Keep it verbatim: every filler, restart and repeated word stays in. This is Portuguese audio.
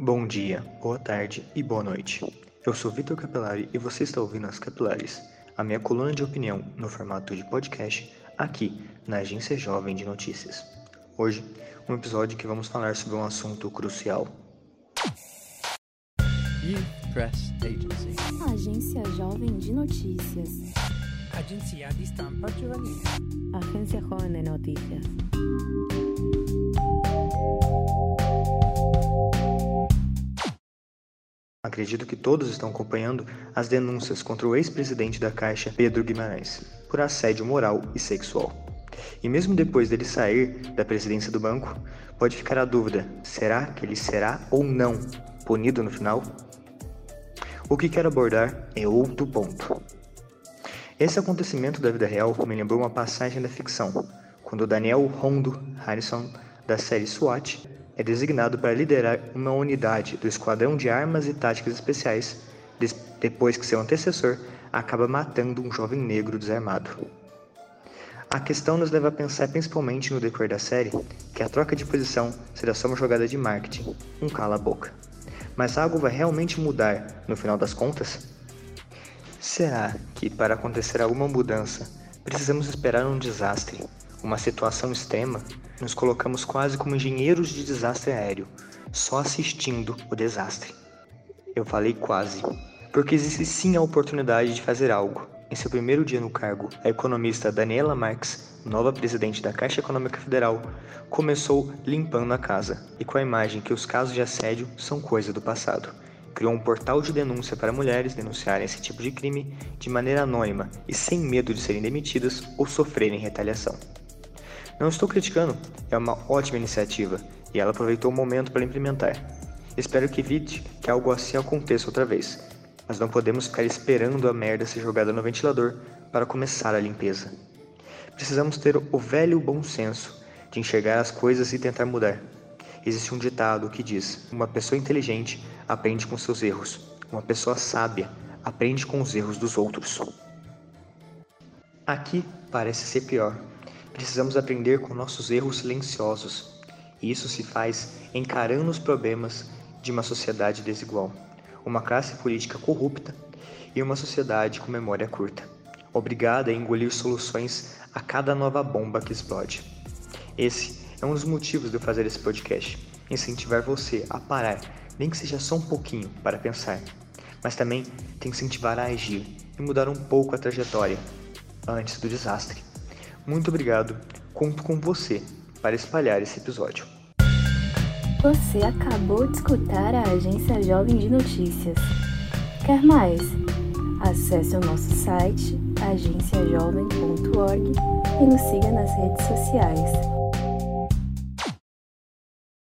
Bom dia, boa tarde e boa noite. Eu sou Vitor Capelari e você está ouvindo As Capilares, a minha coluna de opinião no formato de podcast, aqui na Agência Jovem de Notícias. Hoje, um episódio que vamos falar sobre um assunto crucial. Youth Press Agency. Agência Jovem de Notícias. Agência de Estampa Juvenil. Agência Joven de Noticias. Acredito que todos estão acompanhando as denúncias contra o ex-presidente da Caixa, Pedro Guimarães, por assédio moral e sexual. E mesmo depois dele sair da presidência do banco, pode ficar a dúvida, será que ele será ou não punido no final? O que quero abordar é outro ponto. Esse acontecimento da vida real me lembrou uma passagem da ficção, quando Daniel Hondo Harrison, da série SWAT, é designado para liderar uma unidade do Esquadrão de Armas e Táticas Especiais, depois que seu antecessor acaba matando um jovem negro desarmado. A questão nos leva a pensar principalmente no decorrer da série, que a troca de posição será só uma jogada de marketing, um cala-boca. Mas algo vai realmente mudar no final das contas? Será que para acontecer alguma mudança, precisamos esperar um desastre, uma situação extrema? Nos colocamos quase como engenheiros de desastre aéreo, só assistindo o desastre. Eu falei quase, porque existe sim a oportunidade de fazer algo. Em seu primeiro dia no cargo, a economista Daniela Marques, nova presidente da Caixa Econômica Federal, começou limpando a casa, e com a imagem que os casos de assédio são coisa do passado. Criou um portal de denúncia para mulheres denunciarem esse tipo de crime de maneira anônima e sem medo de serem demitidas ou sofrerem retaliação. Não estou criticando, é uma ótima iniciativa e ela aproveitou o momento para implementar. Espero que evite que algo assim aconteça outra vez, mas não podemos ficar esperando a merda ser jogada no ventilador para começar a limpeza. Precisamos ter o velho bom senso de enxergar as coisas e tentar mudar. Existe um ditado que diz: uma pessoa inteligente aprende com seus erros, uma pessoa sábia aprende com os erros dos outros. Aqui parece ser pior. Precisamos aprender com nossos erros silenciosos, e isso se faz encarando os problemas de uma sociedade desigual, uma classe política corrupta e uma sociedade com memória curta, obrigada a engolir soluções a cada nova bomba que explode. Esse é um dos motivos de eu fazer esse podcast, incentivar você a parar, nem que seja só um pouquinho, para pensar, mas também te incentivar a agir e mudar um pouco a trajetória antes do desastre. Muito obrigado, conto com você para espalhar esse episódio. Você acabou de escutar a Agência Jovem de Notícias. Quer mais? Acesse o nosso site agência jovem ponto org e nos siga nas redes sociais.